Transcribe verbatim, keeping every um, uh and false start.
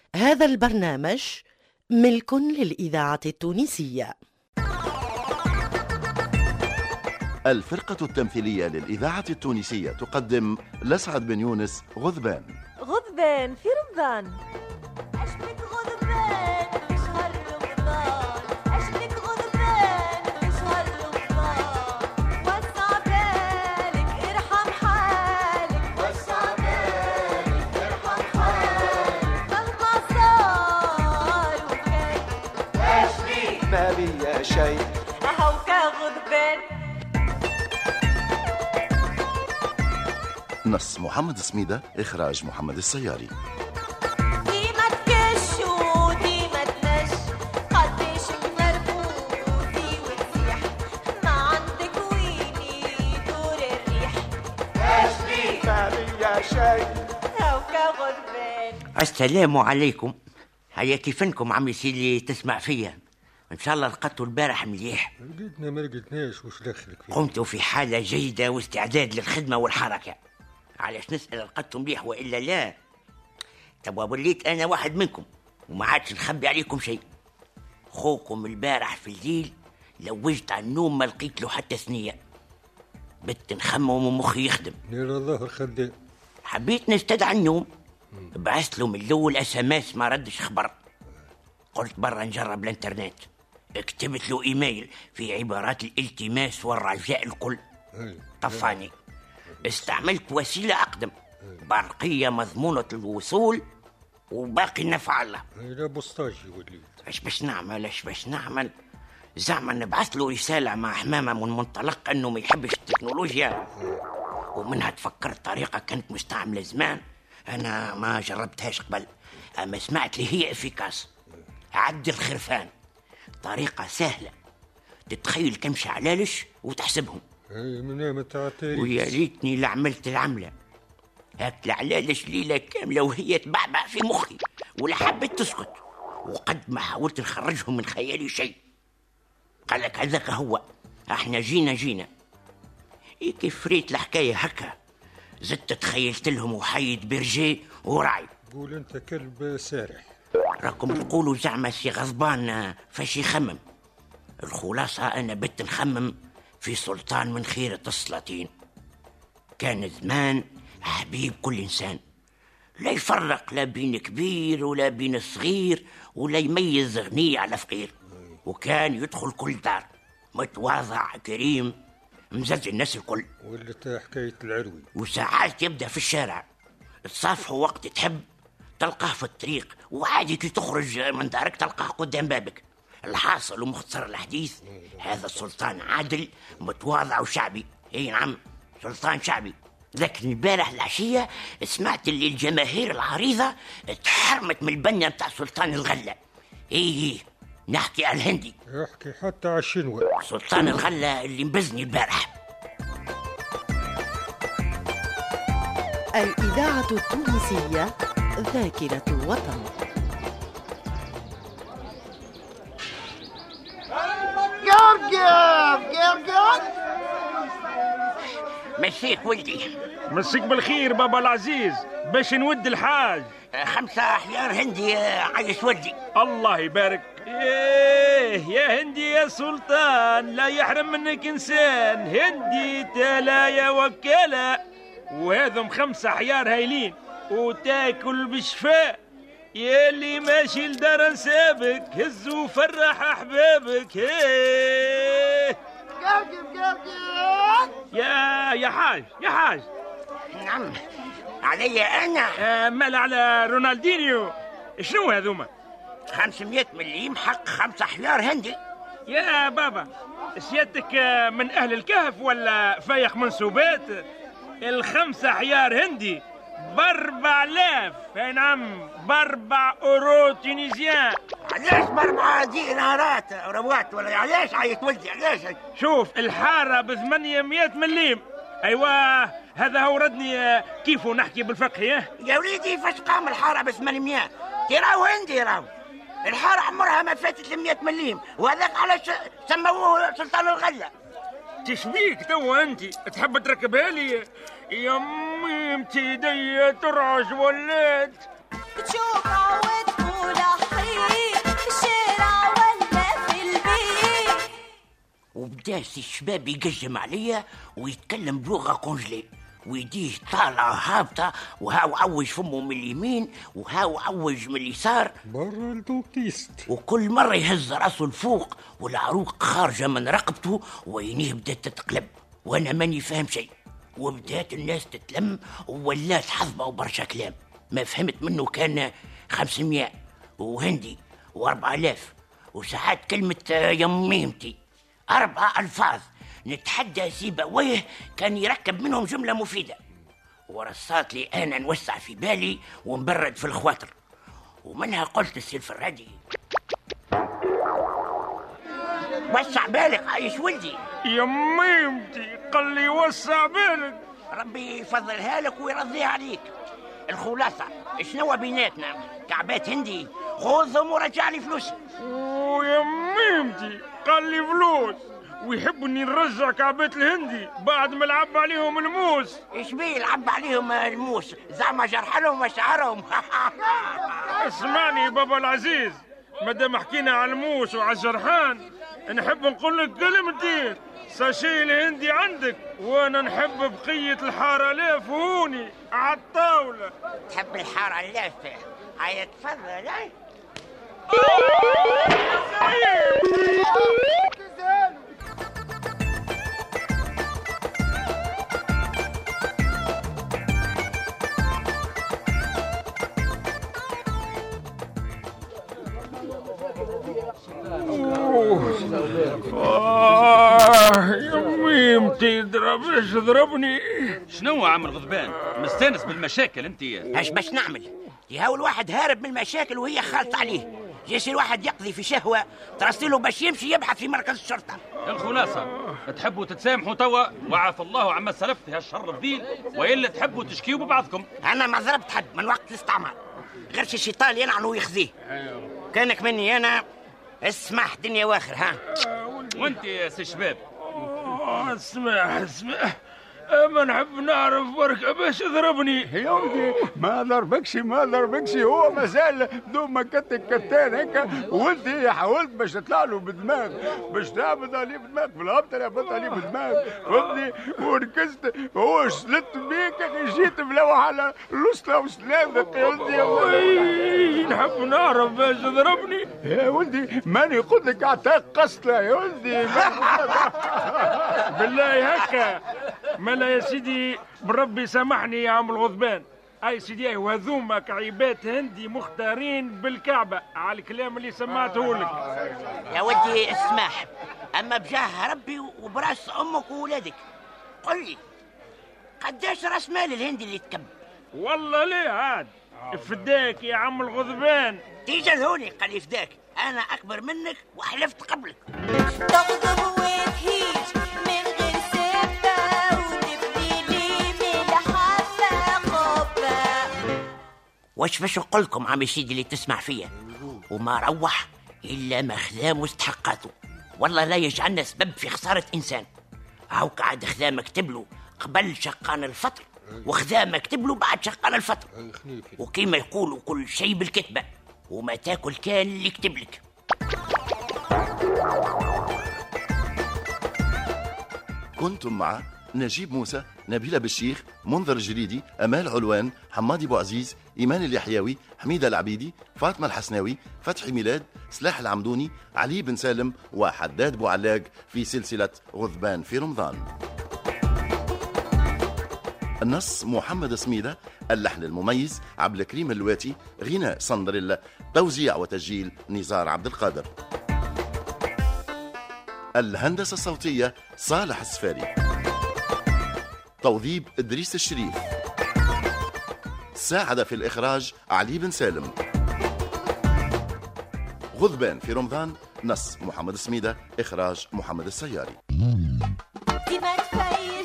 هذا البرنامج ملك للإذاعة التونسية. الفرقة التمثيلية للإذاعة التونسية تقدم لسعد بن يونس غذبان. غذبان في رمضان. أشبك غذبان في شهر رمضان، أشبك غذبان في شهر رمضان، وسع بالك ارحم حالك، وسع بالك ارحم حالك، مهما صار وكان أشبك ما بيا شيء أهو كغذبان. نص محمد سميدة، إخراج محمد السياري. ديما تكش وديما تنش، قديش مفرفوتي وتسيح، ما عندك ويني دور الريح، أشبي ما بيا شيء هاو كغذبان. السلام عليكم. هيا كيفنكم عمي سيدي تسمع فيا؟ ان شاء الله لقيتوا البارح مليح. لقيتنا ما لقيتناش، وش دخلك فيه؟ قمتوا في حالة جيدة واستعداد للخدمة والحركة. علاش نسأل لقيتوا مليح وإلا لا؟ تبا وليت أنا واحد منكم وما عادش نخبي عليكم شيء. خوكم البارح في الليل لوجت على النوم ما لقيت له حتى ثنية. بت نخمم ومخي يخدم. نرى الله الخدام. حبيت نستدعى النوم، بعثت له من الأول اس ام اس ما ردش خبر. قلت برا نجرب الانترنت، كتبت له ايميل في عبارات الالتماس والرجاء الكل، طفاني. استعملت وسيلة أقدم، برقية مضمونة الوصول وباقي النفع الله. لا بوسطاجي وليد. ايش باش نعمل ايش باش نعمل زعما نبعث له رسالة مع حمامة من منطلق أنه ما يحبش التكنولوجيا، ومنها تفكرت طريقة كانت مستعملة زمان أنا ما جربتهاش قبل، أما سمعت لي هي افيكاس. عد الخرفان، طريقة سهلة تتخيل كم شعلالش وتحسبهم. اي منام تاع التاريخ. ويا ريتني لعملت العملة هاك العلالش ليلة كاملة وهي تبعبع في مخي ولا حبيت تسكت، وقد ما حاولت نخرجهم من خيالي شيء. قال لك هذاك هو، احنا جينا جينا إيه كيف فريت الحكاية هكا. زدت تخيلت لهم وحيد برجي ورعي. قول انت كلب سارح. راكم تقولوا زعما سي غضبان فاش يخمم. الخلاصة أنا بت نخمم في سلطان من خيرة السلاطين. كان زمان حبيب كل إنسان، لا يفرق لا بين كبير ولا بين صغير، ولا يميز غني على فقير. وكان يدخل كل دار متواضع كريم مزز الناس الكل. ولت حكاية العروي. وساعات يبدأ في الشارع، تصافحه وقت تحب تلقاه في الطريق، وعادي كي تخرج من دارك تلقاه قدام بابك. الحاصل ومختصر الحديث، هذا السلطان عادل متواضع وشعبي. اي نعم سلطان شعبي. لكن البارح العشية سمعت اللي الجماهير العريضة تحرمت من البنية بتاع سلطان الغلة. ايه نحكي على الهندي، احكي حتى على الشنوى. سلطان الغلة اللي مبزني البارح. الإذاعة التونسية ذاكرة الوطن. قرقر قرقر. مسيك ولدي. مسيك بالخير بابا العزيز، باش نود الحاج. خمسة أحيار هندي عايش ولدي. الله يبارك. ايه يا هندي يا سلطان، لا يحرم منك إنسان. هندي تلا يا وكالة، وهذم خمسة أحيار هايلين وتاكل بشفاء. ياللي ماشي لدار نسابك هز وفرح أحبابك. ايه قرقر قرقر. يا يا حاج يا حاج. نعم علي أنا. آه مال على رونالدينيو. شنو هذوما؟ خمسمية مليم حق خمسة أحيار هندي. يا بابا سيادتك من أهل الكهف ولا فايق منسوبات؟ الخمسة أحيار هندي باربع آلاف. اي نعم باربع أورو تونيزيان. علاش باربعة دينارات روات ولا علاش عيط ولدي علاش؟ شوف الحارة بثمانمية مليم. أيوة هذا هو ردني كيف نحكي بالفقه. يا وليدي فاش قام الحارة بثمانمية؟ تراو هندي راو. الحارة عمرها ما فاتت المية مليم، وهذاك علاش سموه سلطان الغلة. تشبيك توا انت تحب تركبها لي؟ يا امي امتي دي ترعش ولات. بتشوف عودكم وبدا سي الشباب يقجم عليا ويتكلم بلغه كونجلي، ويديه طالعه هابطه، وهاو عوج فمه من اليمين وهاو عوج من اليسار برا الدوتيست، وكل مره يهز راسه لفوق والعروق خارجه من رقبته وعينيه بدات تتقلب، وانا ماني فاهم شيء. وبدات الناس تتلم وولات حظبه وبرشا كلام ما فهمت منه، كان خمسمائة وهندي واربع آلاف، وساعات كلمة يميمتي، أربع ألفاظ نتحدى سيبويه كان يركب منهم جملة مفيدة، ورصات لي أنا نوسع في بالي ونبرد في الخواطر، ومنها قلت السلف الرادي وسع بالك عايش ولدي. يميمتي قال لي وسع بالك، ربي يفضلها لك ويرضيها عليك. الخلاصة شنو بيناتنا؟ كعبات هندي خذهم ورجع لي فلوسي. ويميمتي قال لي فلوس ويحب اني نرجع كعبات الهندي بعد ما لعب عليهم الموس. ايش بيه يلعب عليهم الموس؟ زعما جرح لهم مشاعرهم. اسمعني بابا العزيز، مادام حكينا على الموس وعلى الجرحان نحب نقول لك كلمتين. ساشي الهندي عندك وانا نحب بقية الحارة لاف هوني على الطاولة. تحب الحارة اللاف؟ هيا تفضل. هاي آه يميمتي ضرب ايش ضربني. شنو عم الغضبان؟ مستانس بالمشاكل انت؟ اش باش نعمل؟ يهاو الواحد هارب من المشاكل وهي خالطة عليه، جيش الواحد يقضي في شهوة ترسله باش يمشي يبحث في مركز الشرطة. الخلاصة تحبوا تتسامحوا توا وعافى الله عما سلف في هالشر الذيل، وإلا تحبوا تشكيوا ببعضكم؟ أنا ما ضربت حد من وقت الاستعمار، غيرش الشيطان يلعنه ويخزيه. كانك مني أنا اسمح دنيا واخر. ها وانت يا سي شباب؟ اسمح اسمح ما نحب نعرف برك باش ضربني. يا ولدي ما ضربكش ما ضربكش، هو مازال دوما كتك كتان هكا، وانت حاولت باش تطلع له بدماغ، باش تهبط عليه بدماغ في الهبطه، هبط عليه بدماغ فهمتني، وركزت هو شلت بيك جيت ملوح على الوسطى وسلامك يا ولدي. نحب نعرف باش ضربني. يا ولدي ماني قلت لك اعطاك قسطه يا ولدي. بالله هكا ملا يا سيدي، بربي سامحني يا عم الغضبان. اي سيدي وهذوما كعيبات هندي مختارين بالكعبه على الكلام اللي سمعته لك. يا ولدي اسمح، اما بجاه ربي وبراس امك وولادك قل لي قداش راس مال الهندي اللي تكب؟ والله ليه عاد فداك يا عم الغضبان. تيجي لهوني قال لي فداك، انا اكبر منك وحلفت قبلك. تغضب وتهيج من غير سبة وتبني لي ملحفة قبة. واش باش نقولكم عمي سيدي اللي تسمع فيا؟ وما روح الا ما خذا مستحقاته، والله لا يجعلنا سبب في خساره انسان. هاو قاعد خذا مكتب له قبل شقان الفطر، وخذا مكتب له بعد شقان الفطر، وكيما يقولوا كل شيء بالكتبه، وما تاكل كان اللي يكتب لك. كنتم مع نجيب موسى، نبيلة بالشيخ، منذر جريدي، أمال علوان، حمادي بوعزيز، إيمان اليحيوي، حميدة العبيدي، فاطمة الحسناوي، فتحي ميلاد، سلاح العمدوني، علي بن سالم وحداد بوعلاق في سلسلة غضبان في رمضان. النص محمد سميدة، اللحن المميز عبد الكريم اللواتي، غناء صندريلا، توزيع وتسجيل نزار عبد القادر. الهندسة الصوتية صالح السفاري، توظيب إدريس الشريف، ساعد في الإخراج علي بن سالم. غضبان في رمضان، نص محمد سميدة، إخراج محمد السياري.